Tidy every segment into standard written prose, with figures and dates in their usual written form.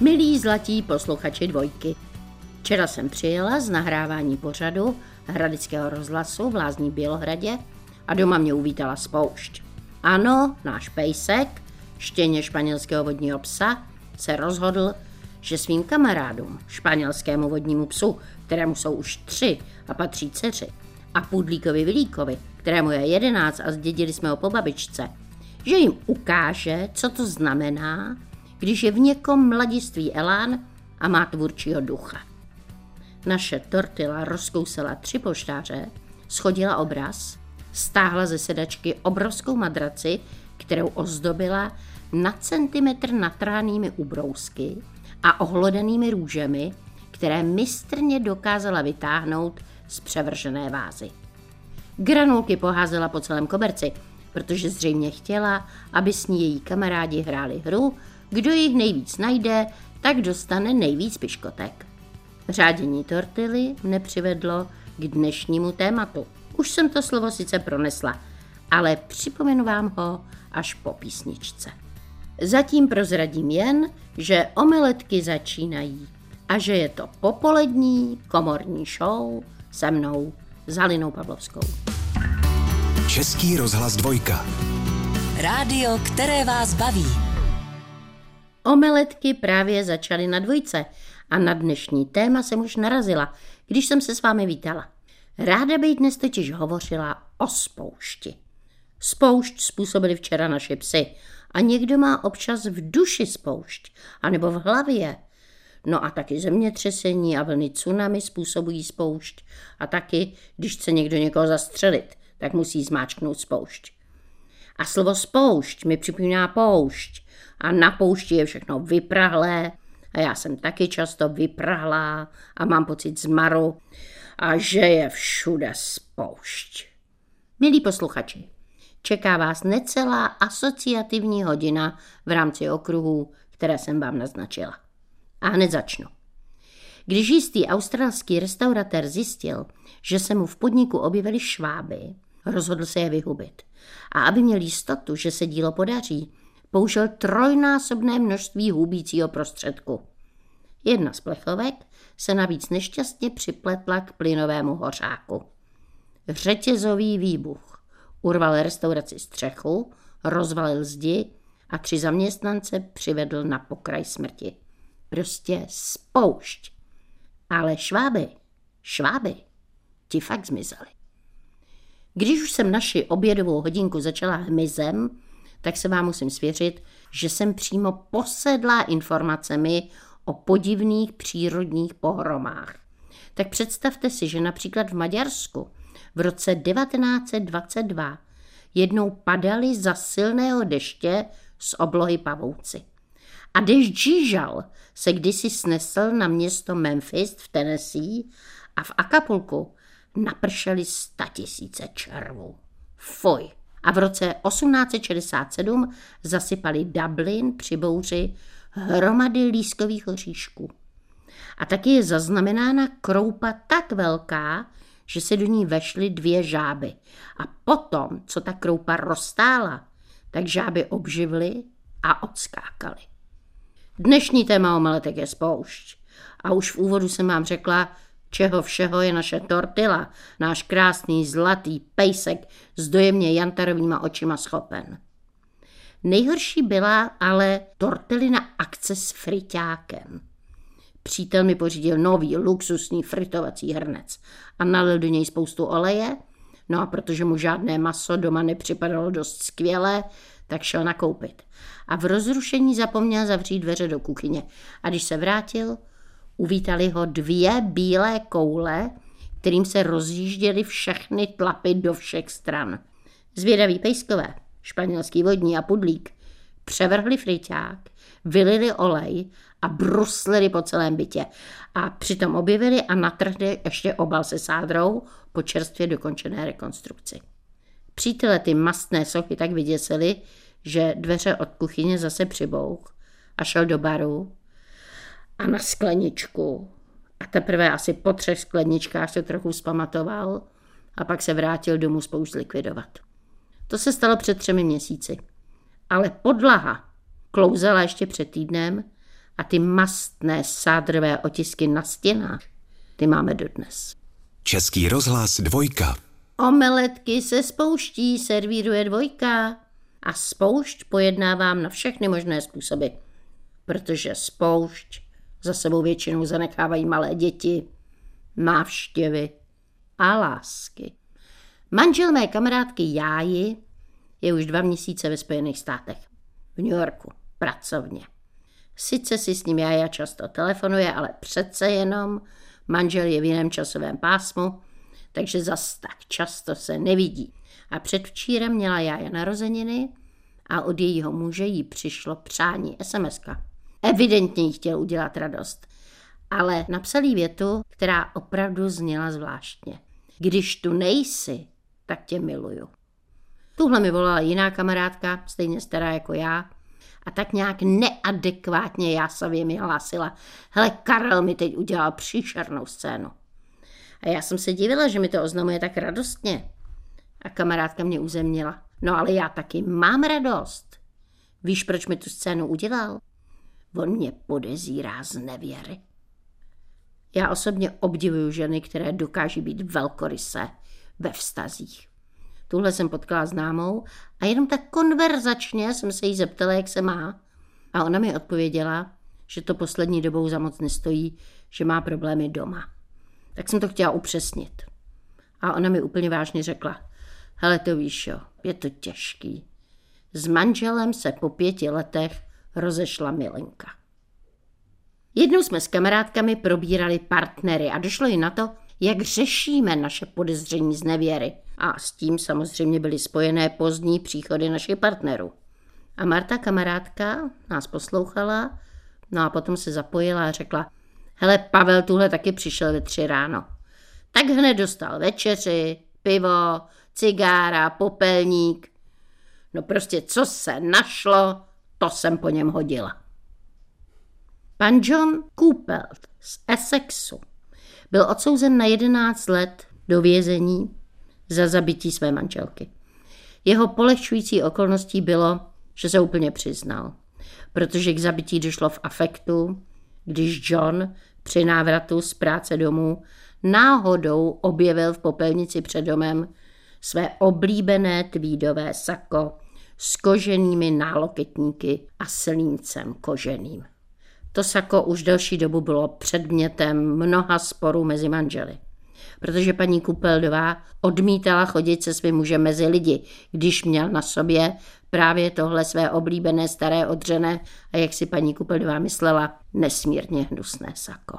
Milí zlatí posluchači Dvojky, včera jsem přijela z nahrávání pořadu Hradeckého rozhlasu v Lázních Bělohradě a doma mě uvítala spoušť. Ano, náš pejsek, štěně španělského vodního psa, se rozhodl, že svým kamarádům, španělskému vodnímu psu, kterému jsou už 3 a patří dceři, a pudlíkovi Vilíkovi, kterému je 11 a zdědili jsme ho po babičce, že jim ukáže, co to znamená, když je v někom mladiství elán a má tvůrčího ducha. Naše Tortila rozkousala 3 poštáře, schodila obraz, stáhla ze sedačky obrovskou madraci, kterou ozdobila na centimetr natrhanými ubrousky a ohlodanými růžemi, které mistrně dokázala vytáhnout z převržené vázy. Granulky poházela po celém koberci, protože zřejmě chtěla, aby s ní její kamarádi hráli hru, kdo jich nejvíc najde, tak dostane nejvíc piškotek. Řádění tortily nepřivedlo k dnešnímu tématu. Už jsem to slovo sice pronesla, ale připomenu vám ho až po písničce. Zatím prozradím jen, že omeletky začínají a že je to popolední komorní show se mnou, s Halinou Pavlovskou. Český rozhlas Dvojka. Rádio, které vás baví. Omeletky právě začaly na Dvojce a na dnešní téma jsem už narazila, když jsem se s vámi vítala. Ráda bych dnes totiž hovořila o spoušti. Spoušť způsobili včera naši psy a někdo má občas v duši spoušť, anebo v hlavě. No a taky zemětřesení a vlny tsunami způsobují spoušť a taky, když chce někdo někoho zastřelit, tak musí zmáčknout spoušť. A slovo spoušť mi připomíná poušť a na poušti je všechno vyprahlé a já jsem taky často vyprahlá a mám pocit zmaru a že je všude spoušť. Milí posluchači, čeká vás necelá asociativní hodina v rámci okruhů, které jsem vám naznačila. A hned začnu. Když jistý australský restauratér zjistil, že se mu v podniku objevily šváby, rozhodl se je vyhubit. A aby měl jistotu, že se dílo podaří, použil 3násobné množství hubícího prostředku. Jedna z plechovek se navíc nešťastně připletla k plynovému hořáku. Řetězový výbuch urval restauraci střechu, rozvalil zdi a 3 zaměstnance přivedl na pokraj smrti. Prostě spoušť. Ale šváby, ti fakt zmizely. Když už jsem naši obědovou hodinku začala hmyzem, tak se vám musím svěřit, že jsem přímo posedlá informacemi o podivných přírodních pohromách. Tak představte si, že například v Maďarsku v roce 1922 jednou padaly za silného deště z oblohy pavouci. A déšť žížal se kdysi snesl na město Memphis v Tennessee a v Acapulku napršely 100 000 červů. Fuj. A v roce 1867 zasypali Dublin při bouři hromady lískových oříšků. A taky je zaznamenána kroupa tak velká, že se do ní vešly 2 žáby. A potom, co ta kroupa roztála, tak žáby obživly a odskákaly. Dnešní téma omeletek je spoušť. A už v úvodu jsem vám řekla, čeho všeho je naše Tortila, náš krásný zlatý pejsek s dojemně jantarovýma očima schopen. Nejhorší byla ale Tortilina akce s friťákem. Přítel mi pořídil nový luxusní fritovací hrnec a nalil do něj spoustu oleje, no a protože mu žádné maso doma nepřipadalo dost skvělé, tak šel nakoupit. A v rozrušení zapomněl zavřít dveře do kuchyně. A když se vrátil, uvítali ho 2 bílé koule, kterým se rozjížděly všechny tlapy do všech stran. Zvědaví pejskové, španělský vodní a pudlík, převrhli friťák, vylili olej a bruslili po celém bytě. A přitom objevili a natrhli ještě obal se sádrou po čerstvě dokončené rekonstrukci. Přítele ty mastné sochy tak vyděsili, že dveře od kuchyně zase přibouch a šel do baru a na skleničku. A teprve asi po 3 skleničkách se trochu vzpamatoval a pak se vrátil domů spoušť zlikvidovat. To se stalo před 3 měsíci. Ale podlaha klouzala ještě před týdnem A ty mastné sádrové otisky na stěnách, ty máme dodnes. Český rozhlas Dvojka. Omeletky se spouští servíruje Dvojka. A spoušť pojednávám na všechny možné způsoby. Protože spoušť za sebou většinou zanechávají malé děti, návštěvy a lásky. Manžel mé kamarádky Jáji je už 2 měsíce ve Spojených státech. V New Yorku, pracovně. Sice si s ním Jája často telefonuje, ale přece jenom manžel je v jiném časovém pásmu, takže zas tak často se nevidí. A předvčírem měla Jája narozeniny a od jejího muže jí přišlo přání SMS-ka. Evidentně jí chtěl udělat radost, ale napsal jí větu, která opravdu zněla zvláštně. Když tu nejsi, tak tě miluju. Tuhle mi volala jiná kamarádka, stejně stará jako já, a tak nějak neadekvátně jásavě mi hlásila: hele, Karel mi teď udělal příšernou scénu. A já jsem se divila, že mi to oznamuje tak radostně. A kamarádka mě uzemnila: no ale já taky mám radost. Víš, proč mi tu scénu udělal? On mě podezírá z nevěry. Já osobně obdivuju ženy, které dokáží být velkorysé ve vztazích. Tuhle jsem potkala známou a jenom tak konverzačně jsem se jí zeptala, jak se má. A ona mi odpověděla, že to poslední dobou za moc nestojí, že má problémy doma. Tak jsem to chtěla upřesnit. A ona mi úplně vážně řekla: hele, to víš, jo, je to těžký. S manželem se po 5 letech rozešla milenka. Jednou jsme s kamarádkami probírali partnery a došlo i na to, jak řešíme naše podezření z nevěry. A s tím samozřejmě byly spojené pozdní příchody našich partnerů. A Marta, kamarádka, nás poslouchala, no a potom se zapojila a řekla: hele, Pavel tuhle taky přišel ve 3 ráno. Tak hned dostal večeři, pivo, cigára, popelník. No prostě co se našlo, to jsem po něm hodila. Pan John Coupelt z Essexu byl odsouzen na 11 let do vězení za zabití své manželky. Jeho polehčující okolností bylo, že se úplně přiznal, protože k zabití došlo v afektu, když John při návratu z práce domů náhodou objevil v popelnici před domem své oblíbené tweedové sako s koženými náloketníky a slíncem koženým. To sako už delší dobu bylo předmětem mnoha sporů mezi manželi, protože paní Kupeldová odmítala chodit se svým mužem mezi lidi, když měl na sobě právě tohle své oblíbené staré odřené a jak si paní Kupeldová myslela, nesmírně hnusné sako.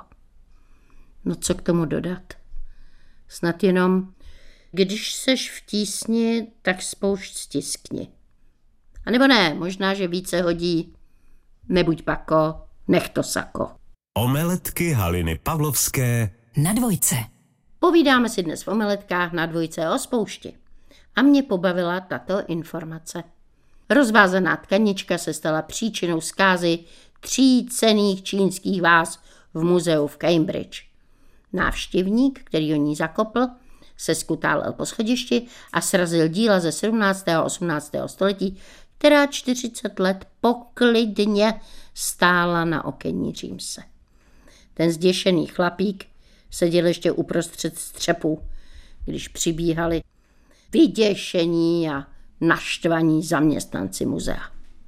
No co k tomu dodat? Snad jenom, když seš v tísni, tak spoušť stiskni. A nebo ne, možná, že více hodí nebuď pako, nech to sako. Omeletky Haliny Pavlovské na Dvojce. Povídáme si dnes v omeletkách na Dvojce o spoušti. A mě pobavila tato informace. Rozvázaná tkanička se stala příčinou zkázy 3 cenných čínských váz v muzeu v Cambridge. Návštěvník, který ho ní zakopl, se skutálel po schodišti a srazil díla ze 17. a 18. století, která 40 let poklidně stála na okenní římse. Ten zděšený chlapík seděl ještě uprostřed střepů, když přibíhali vyděšení a naštvaní zaměstnanci muzea.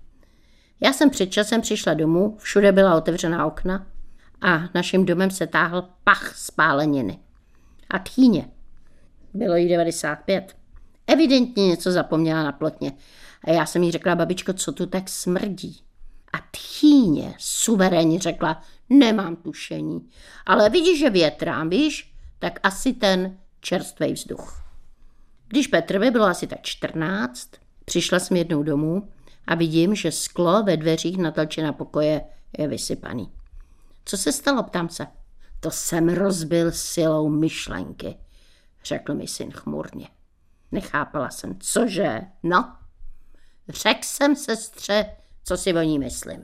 Já jsem před časem přišla domů, všude byla otevřená okna a naším domem se táhl pach spáleniny. A tchýně. Bylo jí 95. Evidentně něco zapomněla na plotně. A já jsem jí řekla: babičko, co tu tak smrdí? A tchýně suverénně řekla: nemám tušení. Ale vidíš, že větrám, víš? Tak asi ten čerstvej vzduch. Když Petrovi bylo asi tak 14, přišla jsem jednou domů a vidím, že sklo ve dveřích Natalčina pokoje je vysypaný. Co se stalo, ptám se. To jsem rozbil silou myšlenky, řekl mi syn chmurně. Nechápala jsem, cože? No, řekl jsem sestře, co si o ní myslím.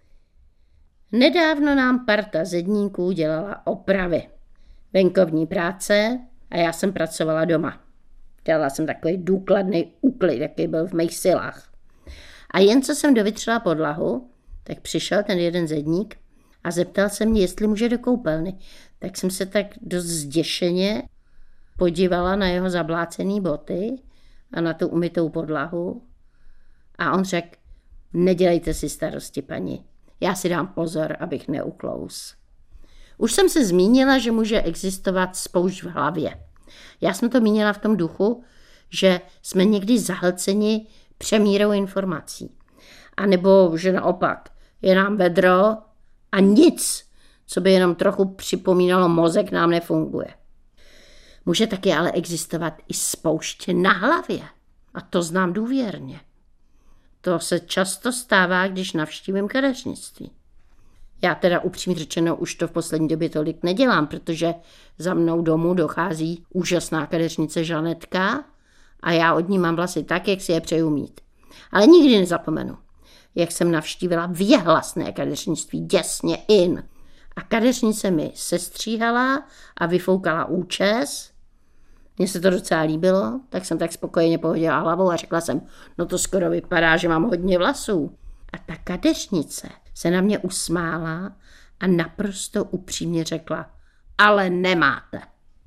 Nedávno nám parta zedníků dělala opravy. Venkovní práce a já jsem pracovala doma. Dělala jsem takový důkladný úklid, jaký byl v mých silách. A jen co jsem dovytřela podlahu, tak přišel ten jeden zedník a zeptal se mě, jestli může do koupelny. Tak jsem se tak dost zděšeně podívala na jeho zablácený boty a na tu umytou podlahu. A on řekl, nedělejte si starosti, paní. Já si dám pozor, abych neuklous. Už jsem se zmínila, že může existovat spoušť v hlavě. Já jsem to mínila v tom duchu, že jsme někdy zahlceni přemírou informací. A nebo, že naopak, je nám vedro a nic, co by jenom trochu připomínalo mozek, nám nefunguje. Může taky ale existovat i spoušť na hlavě. A to znám důvěrně. To se často stává, když navštívím kadeřnictví. Já teda upřímně řečeno už to v poslední době tolik nedělám, protože za mnou domů dochází úžasná kadeřnice Žanetka a já od ní mám vlasy tak, jak si je přeju mít. Ale nikdy nezapomenu, jak jsem navštívila věhlasné kadeřnictví děsně in. A kadeřnice mi sestříhala a vyfoukala účes. Mně se to docela líbilo, tak jsem tak spokojeně pohodila hlavou a řekla jsem, no to skoro vypadá, že mám hodně vlasů. A ta kadeřnice se na mě usmála a naprosto upřímně řekla, ale nemáte.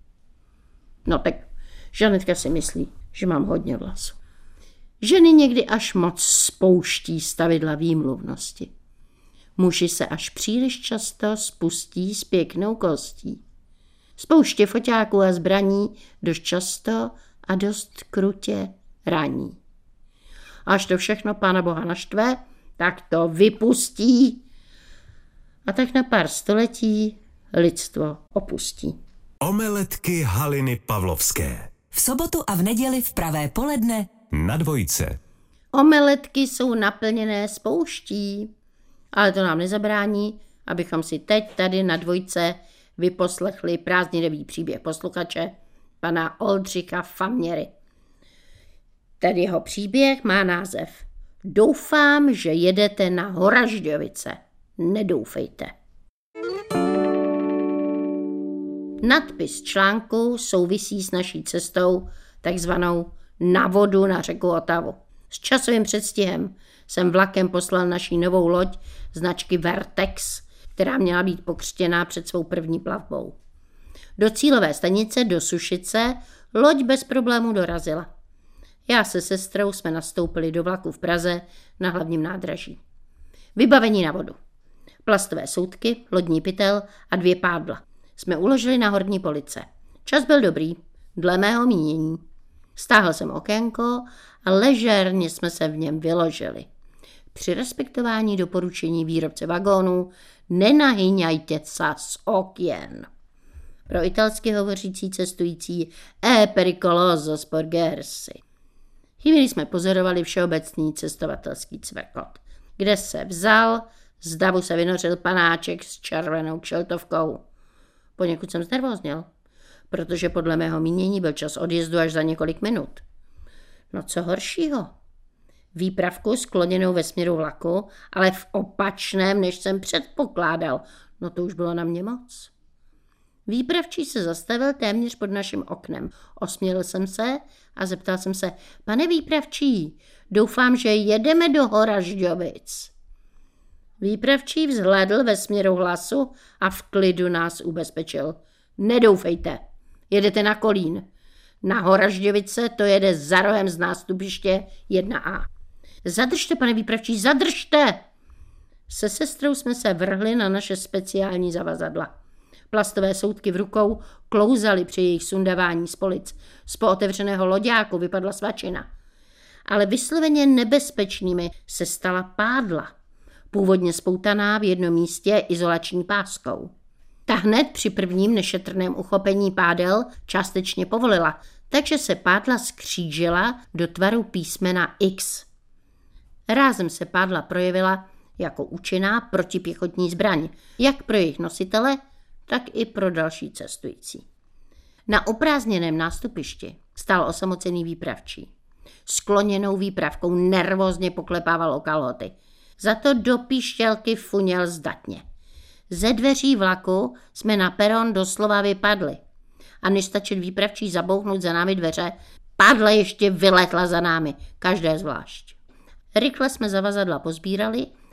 No tak Žanetka si myslí, že mám hodně vlasů. Ženy někdy až moc spouští stavidla výmluvnosti. Muži se až příliš často spustí s pěknou kostí. Spouště foťáků a zbraní dost často a dost krutě raní. Až to všechno Pána Boha naštve, tak to vypustí a tak na pár století lidstvo opustí. Omeletky Haliny Pavlovské. V sobotu a v neděli v pravé poledne Na Dvojce. Omeletky jsou naplněné spouští, ale to nám nezabrání, abychom si teď tady na Dvojce vyposlechli prázdnivý příběh posluchače pana Oldřicha Faměry. Ten jeho příběh má název Doufám, že jedete na Horažďovice. Nedoufejte. Nadpis článku souvisí s naší cestou takzvanou na vodu na řeku Otavu. S časovým předstihem jsem vlakem poslal naší novou loď značky Vertex, která měla být pokřtěná před svou první plavbou. Do cílové stanice, do Sušice, loď bez problémů dorazila. Já se sestrou jsme nastoupili do vlaku v Praze na hlavním nádraží. Vybavení na vodu. Plastové soudky, lodní pytel a 2 pádla. Jsme uložili na horní police. Čas byl dobrý, dle mého mínění. Stáhl jsem okénko a ležérně jsme se v něm vyložili. Při respektování doporučení výrobce vagónů nenahyňajte se z okien. Pro italsky hovořící cestující pericoloso sporgersi. Chvíli jsme pozorovali všeobecný cestovatelský cvekot, kde se vzal, z davu se vynořil panáček s červenou kšeltovkou. Poněkud jsem znervózněl, protože podle mého mínění byl čas odjezdu až za několik minut. No co horšího? Výpravku skloněnou ve směru vlaku, ale v opačném, než jsem předpokládal. No to už bylo na mě moc. Výpravčí se zastavil téměř pod naším oknem. Osmělil jsem se a zeptal jsem se, pane výpravčí, doufám, že jedeme do Horažďovic. Výpravčí vzhlédl ve směru hlasu a v klidu nás ubezpečil. Nedoufejte, jedete na Kolín. Na Horažďovice to jede za rohem z nástupiště 1A. Zadržte, pane výpravčí, zadržte! Se sestrou jsme se vrhli na naše speciální zavazadla. Plastové soudky v rukou klouzaly při jejich sundávání z polic. Z pootevřeného loďáku vypadla svačina. Ale vysloveně nebezpečnými se stala pádla. Původně spoutaná v jednom místě izolační páskou. Ta hned při prvním nešetrném uchopení pádel částečně povolila, takže se pádla skřížila do tvaru písmena X. Rázem se pádla projevila jako účinná protipěchotní zbraň, jak pro jejich nositele, tak i pro další cestující. Na oprázdněném nástupišti stál osamocený výpravčí. Skloněnou výpravkou nervózně poklepával o kalhoty. Za to do píšťalky funěl zdatně. Ze dveří vlaku jsme na peron doslova vypadli. A než stačil výpravčí zabouchnout za námi dveře, pádla ještě vyletla za námi, každé zvlášť. Rychle jsme zavazadla pozbírali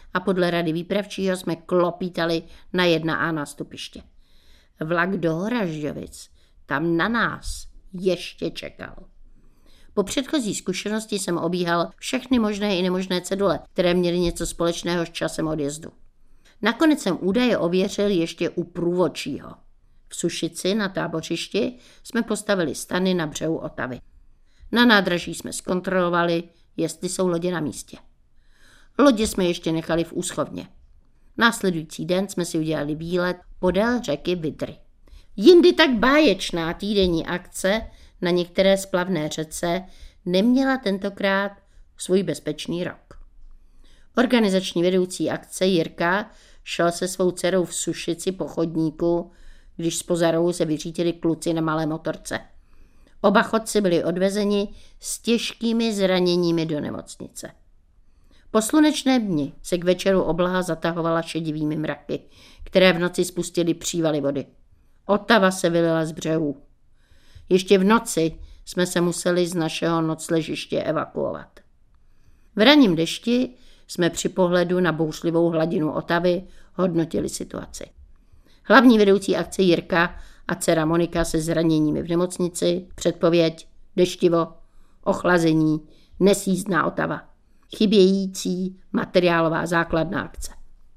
a podle rady výpravčího jsme klopítali na 1A nástupiště. Vlak do Horažďovic tam na nás ještě čekal. Po předchozí zkušenosti jsem obíhal všechny možné i nemožné cedule, které měly něco společného s časem odjezdu. Nakonec jsem údaje ověřil ještě u průvodčího. V Sušici na tábořišti jsme postavili stany na břehu Otavy. Na nádraží jsme zkontrolovali, jestli jsou lodě na místě. Lodě jsme ještě nechali v úschovně. Následující den jsme si udělali výlet podél řeky Vydry. Jindy tak báječná týdenní akce na některé splavné řece neměla tentokrát svůj bezpečný rok. Organizační vedoucí akce Jirka šel se svou dcerou v Sušici po chodníku, když zpoza rohu se vyřítili kluci na malé motorce. Oba chodci byli odvezeni s těžkými zraněními do nemocnice. Po slunečné dni se k večeru obloha zatahovala šedivými mraky, které v noci spustily přívaly vody. Otava se vylila z břehů. Ještě v noci jsme se museli z našeho nocležiště evakuovat. V ranním dešti jsme při pohledu na bouřlivou hladinu Otavy hodnotili situaci. Hlavní vedoucí akce Jirka a dcera Monika se zraněními v nemocnici, předpověď, deštivo, ochlazení, nesjízdná Otava, chybějící materiálová základna akce.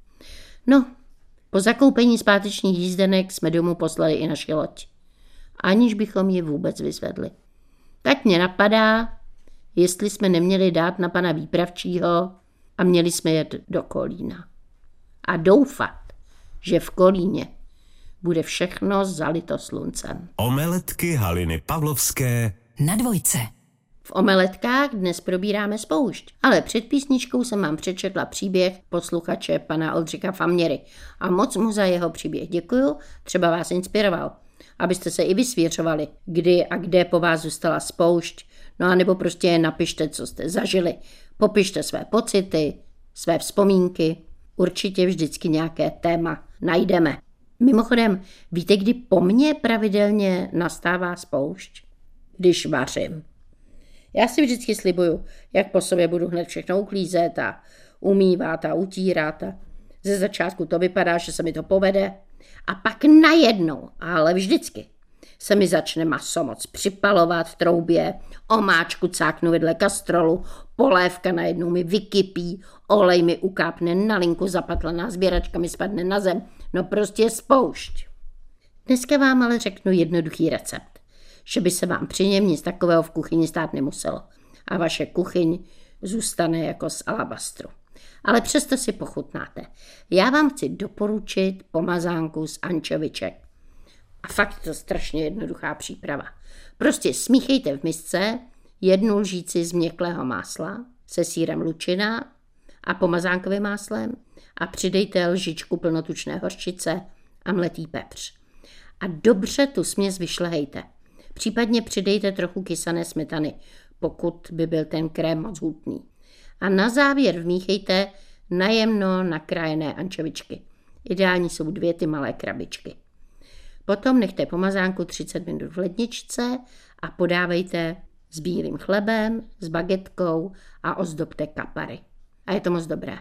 No, po zakoupení zpátečních jízdenek jsme domů poslali i naši loď, aniž bychom ji vůbec vyzvedli. Tak mě napadá, jestli jsme neměli dát na pana výpravčího a měli jsme jet do Kolína. A doufat, že v Kolíně bude všechno zalito sluncem. Omeletky Haliny Pavlovské na Dvojce. V omeletkách dnes probíráme spoušť, ale před písničkou jsem vám přečetla příběh posluchače pana Oldřika Faměry a moc mu za jeho příběh děkuju, třeba vás inspiroval, abyste se i vysvěřovali, kdy a kde po vás zůstala spoušť, no a nebo prostě napište, co jste zažili, popište své pocity, své vzpomínky, určitě vždycky nějaké téma najdeme. Mimochodem, víte, kdy po mně pravidelně nastává spoušť? Když vařím. Já si vždycky slibuju, jak po sobě budu hned všechno uklízet a umývat a utírat. A ze začátku to vypadá, že se mi to povede. A pak najednou, ale vždycky, se mi začne maso moc připalovat v troubě, omáčku cáknu vedle kastrolu, polévka najednou mi vykypí, olej mi ukápne na linku, zapatlaná sběračka mi spadne na zem. No prostě spoušť. Dneska vám ale řeknu jednoduchý recept, že by se vám při něm nic takového v kuchyni stát nemuselo a vaše kuchyň zůstane jako z alabastru. Ale přesto si pochutnáte. Já vám chci doporučit pomazánku z ančoviček. A fakt je to strašně jednoduchá příprava. Prostě smíchejte v misce 1 lžíci změklého másla se sýrem lučina a pomazánkovým máslem a přidejte lžičku plnotučné hořčice a mletý pepř. A dobře tu směs vyšlehejte. Případně přidejte trochu kysané smetany, pokud by byl ten krém moc hutný. A na závěr vmíchejte najemno nakrájené ančovičky. Ideální jsou 2 ty malé krabičky. Potom nechte pomazánku 30 minut v ledničce a podávejte s bílým chlebem, s bagetkou a ozdobte kapary. A je to moc dobré.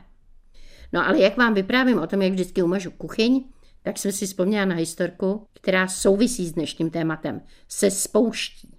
No ale jak vám vyprávím o tom, jak vždycky umažu kuchyň, tak jsem si vzpomněla na historku, která souvisí s dnešním tématem, se spouští.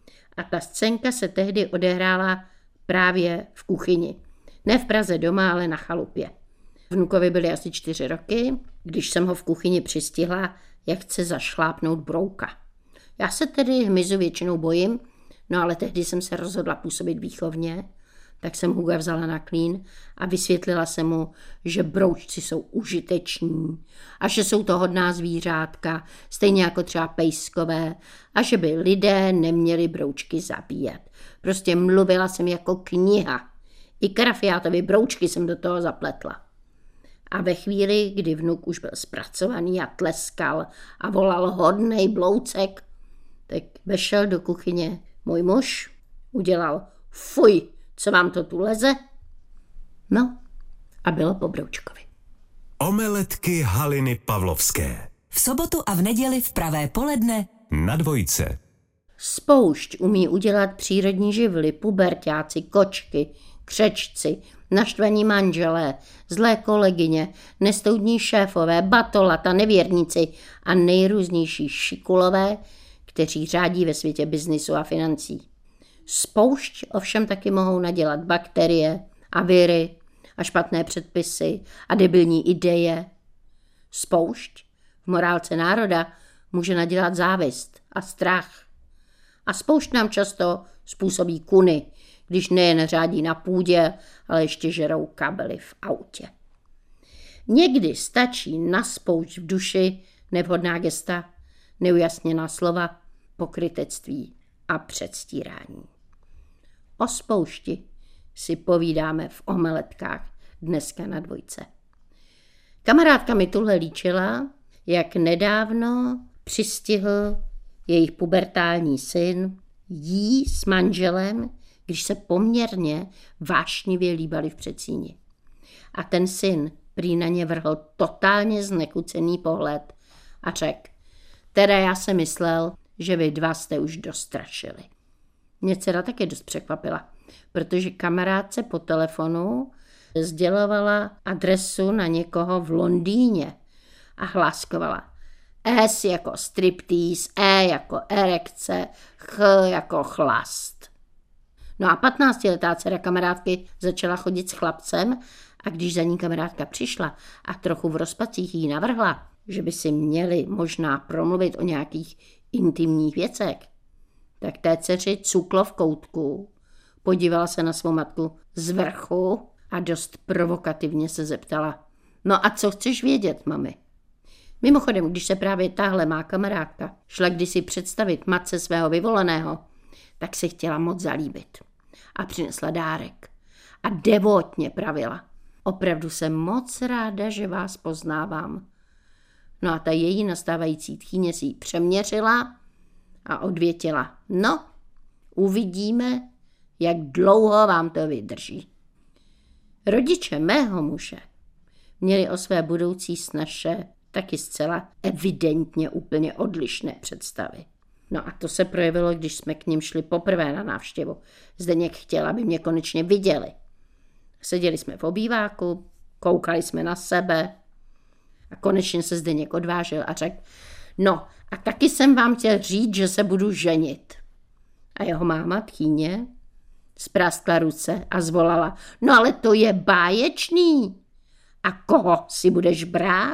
A ta scénka se tehdy odehrála právě v kuchyni. Ne v Praze doma, ale na chalupě. Vnukovi byly asi 4 roky, když jsem ho v kuchyni přistihla, jak chce zašlápnout brouka. Já se tedy hmyzu většinou bojím, no ale tehdy jsem se rozhodla působit výchovně, tak jsem Huga vzala na klín a vysvětlila jsem mu, že broučci jsou užiteční a že jsou to hodná zvířátka, stejně jako třeba pejskové, a že by lidé neměli broučky zabíjet. Prostě mluvila jsem jako kniha. I Karafiátovi broučky jsem do toho zapletla. A ve chvíli, kdy vnuk už byl zpracovaný a tleskal a volal hodnej bloucek, tak vešel do kuchyně můj muž, udělal fuj, co vám to tu leze? No a bylo po broučkovi. Omeletky Haliny Pavlovské. V sobotu a v neděli v pravé poledne Na Dvojce. Spoušť umí udělat přírodní živly, puberťáci, kočky, křečci, naštvaní manželé, zlé kolegyně, nestoudní šéfové, batolata, nevěrníci a nejrůznější šikulové, kteří řádí ve světě biznisu a financí. Spoušť ovšem taky mohou nadělat bakterie a viry a špatné předpisy a debilní ideje. Spoušť v morálce národa může nadělat závist a strach. A spoušť nám často způsobí kuny, když nejen řádí na půdě, ale ještě žerou kabely v autě. Někdy stačí na spoušť v duši nevhodná gesta, neujasněná slova, pokrytectví a předstírání. O spoušti si povídáme v Omeletkách dneska na Dvojce. Kamarádka mi tuhle líčila, jak nedávno přistihl jejich pubertální syn jí s manželem, když se poměrně vášnivě líbali v předsíni. A ten syn prý na ně vrhl totálně znekucený pohled a řekl: teda já jsem myslel, že vy dva jste už dostrašili. Mě dcera taky dost překvapila, protože kamarádce po telefonu sdělovala adresu na někoho v Londýně a hláskovala: S jako striptease, E jako erekce, Ch jako chlast. No a 15letá dcera kamarádky začala chodit s chlapcem a když za ní kamarádka přišla a trochu v rozpacích jí navrhla, že by si měli možná promluvit o nějakých intimních věcech, tak té dceři cuklo v koutku, podívala se na svou matku z vrchu a dost provokativně se zeptala: no a co chceš vědět, mami? Mimochodem, když se právě tahle má kamarádka šla kdysi představit matce svého vyvoleného, tak se chtěla moc zalíbit. A přinesla dárek. A devotně pravila: opravdu jsem moc ráda, že vás poznávám. No a ta její nastávající tchýně si ji přeměřila a odvětila: no, uvidíme, jak dlouho vám to vydrží. Rodiče mého muže měli o své budoucí snaše taky zcela evidentně úplně odlišné představy. No a to se projevilo, když jsme k ním šli poprvé na návštěvu. Zdeněk chtěl, aby mě konečně viděli. Seděli jsme v obýváku, koukali jsme na sebe a konečně se Zdeněk odvážil a řekl: no a taky jsem vám chtěl říct, že se budu ženit. A jeho máma tchýně spráskla ruce a zvolala: no ale to je báječný. A koho si budeš brát?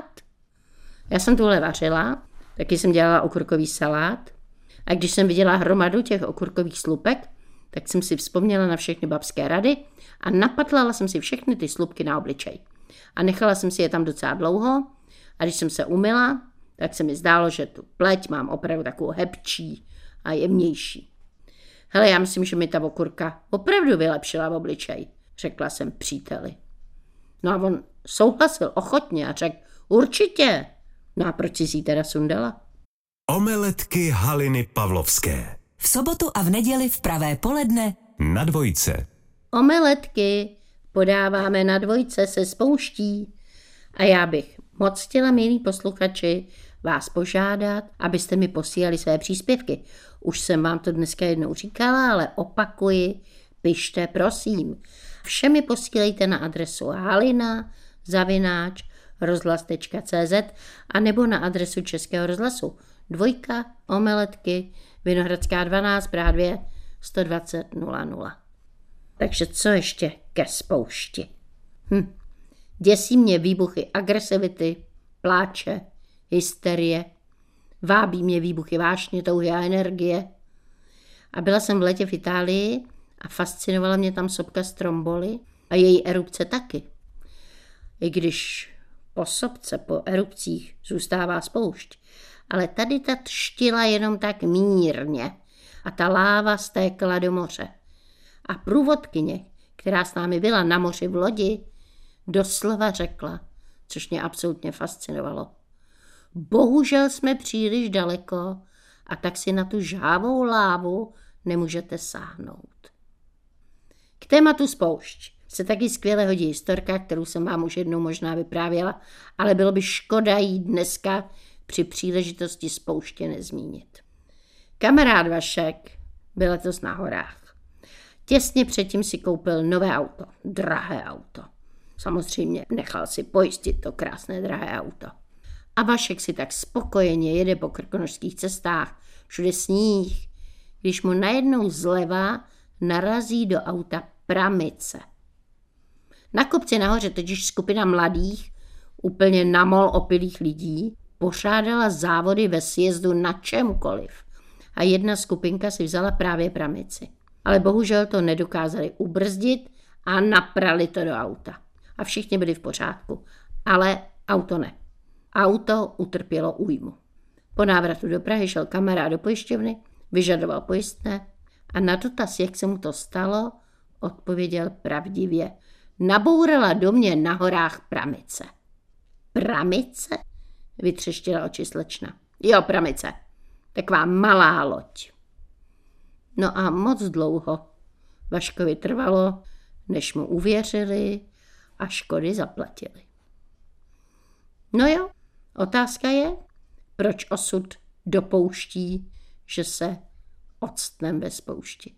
Já jsem tuhle vařila, taky jsem dělala okurkový salát a když jsem viděla hromadu těch okurkových slupek, tak jsem si vzpomněla na všechny babské rady a napatlala jsem si všechny ty slupky na obličej. A nechala jsem si je tam docela dlouho a když jsem se umyla, tak se mi zdálo, že tu pleť mám opravdu takovou hebčí a jemnější. Hele, já myslím, že mi ta okurka opravdu vylepšila v obličej, řekla jsem příteli. No a on souhlasil ochotně a řekl: určitě. No a proč jsi ji teda sundala? Omeletky Haliny Pavlovské. V sobotu a v neděli v pravé poledne Na Dvojce. Omeletky podáváme na Dvojce se spouští. A já bych moc chtěla, milí posluchači, vás požádat, abyste mi posílali své příspěvky. Už jsem vám to dneska jednou říkala, ale opakuji, pište prosím. Vše mi posílejte na adresu halina@rozhlas.cz a nebo na adresu Českého rozhlasu 2 Omeletky, Vinohradská 12, Praha 2, 120 00. Takže co ještě ke spoušti? Děsí mě výbuchy agresivity, pláče, hysterie, vábí mě výbuchy vášně, touhy a energie. A byla jsem v létě v Itálii a fascinovala mě tam sopka Stromboli a její erupce taky. I když po sopce, po erupcích zůstává spoušť, ale tady ta třtila jenom tak mírně a ta láva stékala do moře. A průvodkyně, která s námi byla na moři v lodi, doslova řekla, což mě absolutně fascinovalo: bohužel jsme příliš daleko a tak si na tu žhavou lávu nemůžete sáhnout. K tématu spoušť se taky skvěle hodí historka, kterou jsem vám už jednou možná vyprávěla, ale bylo by škoda jí dneska při příležitosti spouště nezmínit. Kamarád Vašek byl letos na horách. Těsně předtím si koupil nové auto, drahé auto. Samozřejmě nechal si pojistit to krásné drahé auto. A Vašek si tak spokojeně jede po krkonošských cestách, všude sníh, když mu najednou zleva narazí do auta pramice. Na kopci nahoře totiž skupina mladých, úplně namol opilých lidí, pořádala závody ve sjezdu na čemkoliv. A jedna skupinka si vzala právě pramici. Ale bohužel to nedokázali ubrzdit a naprali to do auta. A všichni byli v pořádku. Ale auto ne. Auto utrpělo újmu. Po návratu do Prahy šel kamarád do pojišťovny, vyžadoval pojistné a na dotaz, jak se mu to stalo, odpověděl pravdivě. Nabourala do mě na horách pramice. Pramice? Vytřeštila oči slečna. Jo, pramice. Taková malá loď. No a moc dlouho Vaškovi trvalo, než mu uvěřili a škody zaplatili. No jo, otázka je, proč osud dopouští, že se octnem ve spoušti.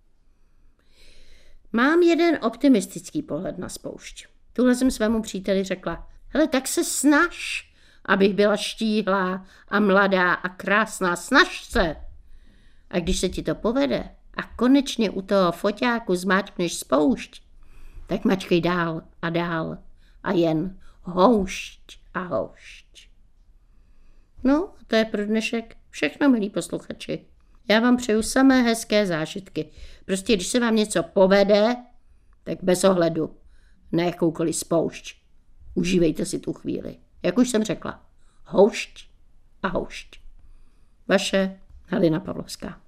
Mám jeden optimistický pohled na spoušť. Tuhle jsem svému příteli řekla, hele, tak se snaž, abych byla štíhlá a mladá a krásná, snaž se. A když se ti to povede a konečně u toho foťáku zmáčkneš spoušť, tak mačkej dál a jen houšť a houšť. No, to je pro dnešek všechno, milí posluchači. Já vám přeju samé hezké zážitky. Prostě, když se vám něco povede, tak bez ohledu na jakoukoliv spoušť. Užívejte si tu chvíli. Jak už jsem řekla, houšť a houšť. Vaše Halina Pavlovská.